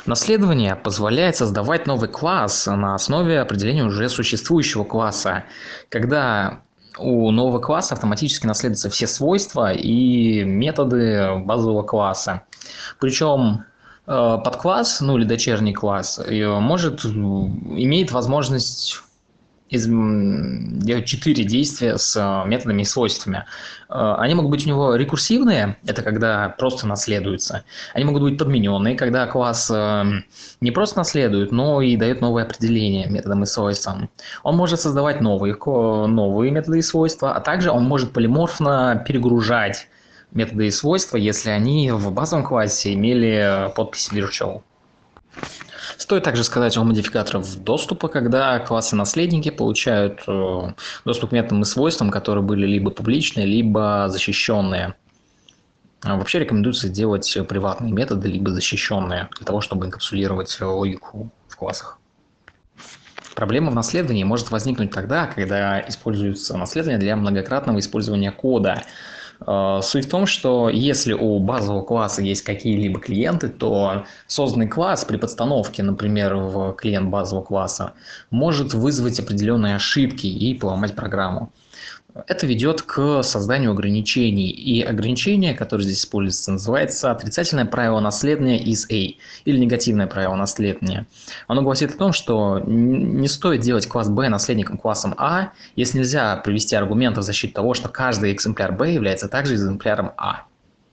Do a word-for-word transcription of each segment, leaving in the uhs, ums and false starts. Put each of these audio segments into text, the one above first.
Наследование позволяет создавать новый класс на основе определения уже существующего класса, когда у нового класса автоматически наследуются все свойства и методы базового класса. Причем э, подкласс, ну или дочерний класс, э, может, м, имеет возможность из, м, делать четыре действия с э, методами и свойствами. Э, Они могут быть у него рекурсивные, это когда просто наследуются. Они могут быть подмененные, когда класс э, не просто наследует, но и дает новые определения методам и свойствам. Он может создавать новые, ко- новые методы и свойства, а также он может полиморфно перегружать методы и свойства, если они в базовом классе имели э, подпись virtual. Стоит также сказать о модификаторах доступа, когда классы-наследники получают э, доступ к методам и свойствам, которые были либо публичные, либо защищенные. А Вообще рекомендуется делать приватные методы, либо защищенные, для того, чтобы инкапсулировать логику в классах. Проблема в наследовании может возникнуть тогда, когда используется наследование для многократного использования кода. Э, Суть в том, что если у базового класса есть какие-либо клиенты, то созданный класс при подстановке, например, в клиент базового класса, может вызвать определенные ошибки и поломать программу. Это ведет к созданию ограничений. И ограничение, которое здесь используется, называется отрицательное правило наследования из A или негативное правило наследования. Оно гласит о том, что не стоит делать класс B наследником классом А, если нельзя привести аргументы в защиту того, что каждый экземпляр B является также экземпляром А.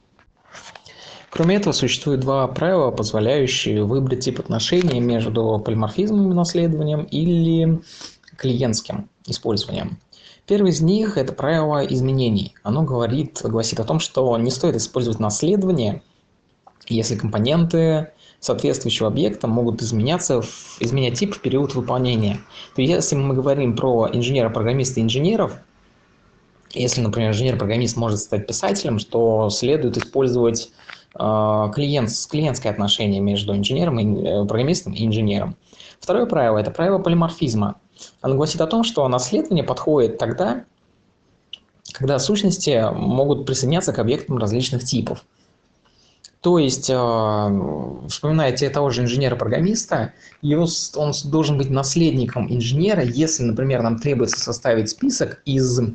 Кроме этого, существует два правила, позволяющие выбрать тип отношений между полиморфизмом и наследованием или клиентским использованием. Первый из них – это правило изменений. Оно говорит, гласит о том, что не стоит использовать наследование, если компоненты соответствующего объекта могут изменяться, в, изменять тип в период выполнения. То есть, если мы говорим про инженера-программиста и инженеров, если, например, инженер-программист может стать писателем, то следует использовать э, клиент, клиентское отношение между инженером, и, э, программистом и инженером. Второе правило – это правило полиморфизма. Оно гласит о том, что наследование подходит тогда, когда сущности могут присоединяться к объектам различных типов. То есть, э, вспоминая те- того же инженера-программиста, его, с- он с- должен быть наследником инженера, если, например, нам требуется составить список из э,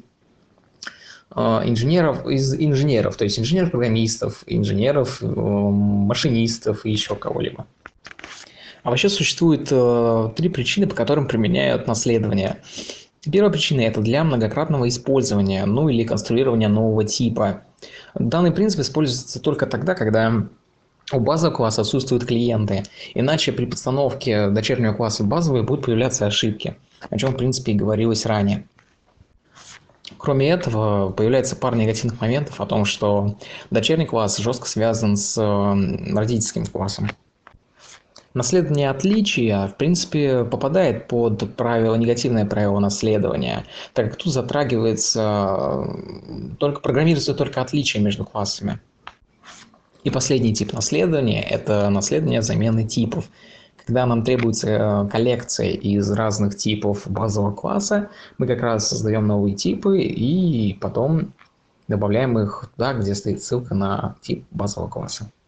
инженеров, из инженеров, то есть инженеров-программистов, инженеров, э, машинистов и еще кого-либо. А вообще существует э, три причины, по которым применяют наследование. Первая причина – это для многократного использования, ну или конструирования нового типа. Данный принцип используется только тогда, когда у базового класса отсутствуют клиенты, иначе при подстановке дочернего класса в базовый будут появляться ошибки, о чем в принципе и говорилось ранее. Кроме этого, появляется пара негативных моментов о том, что дочерний класс жестко связан с э, родительским классом. Наследование отличия, в принципе, попадает под правило, негативное правило наследования, так как тут затрагивается э, только программируется только отличие между классами. И последний тип наследования – это наследование замены типов. Когда нам требуется э, коллекция из разных типов базового класса, мы как раз создаем новые типы и потом добавляем их туда, где стоит ссылка на тип базового класса.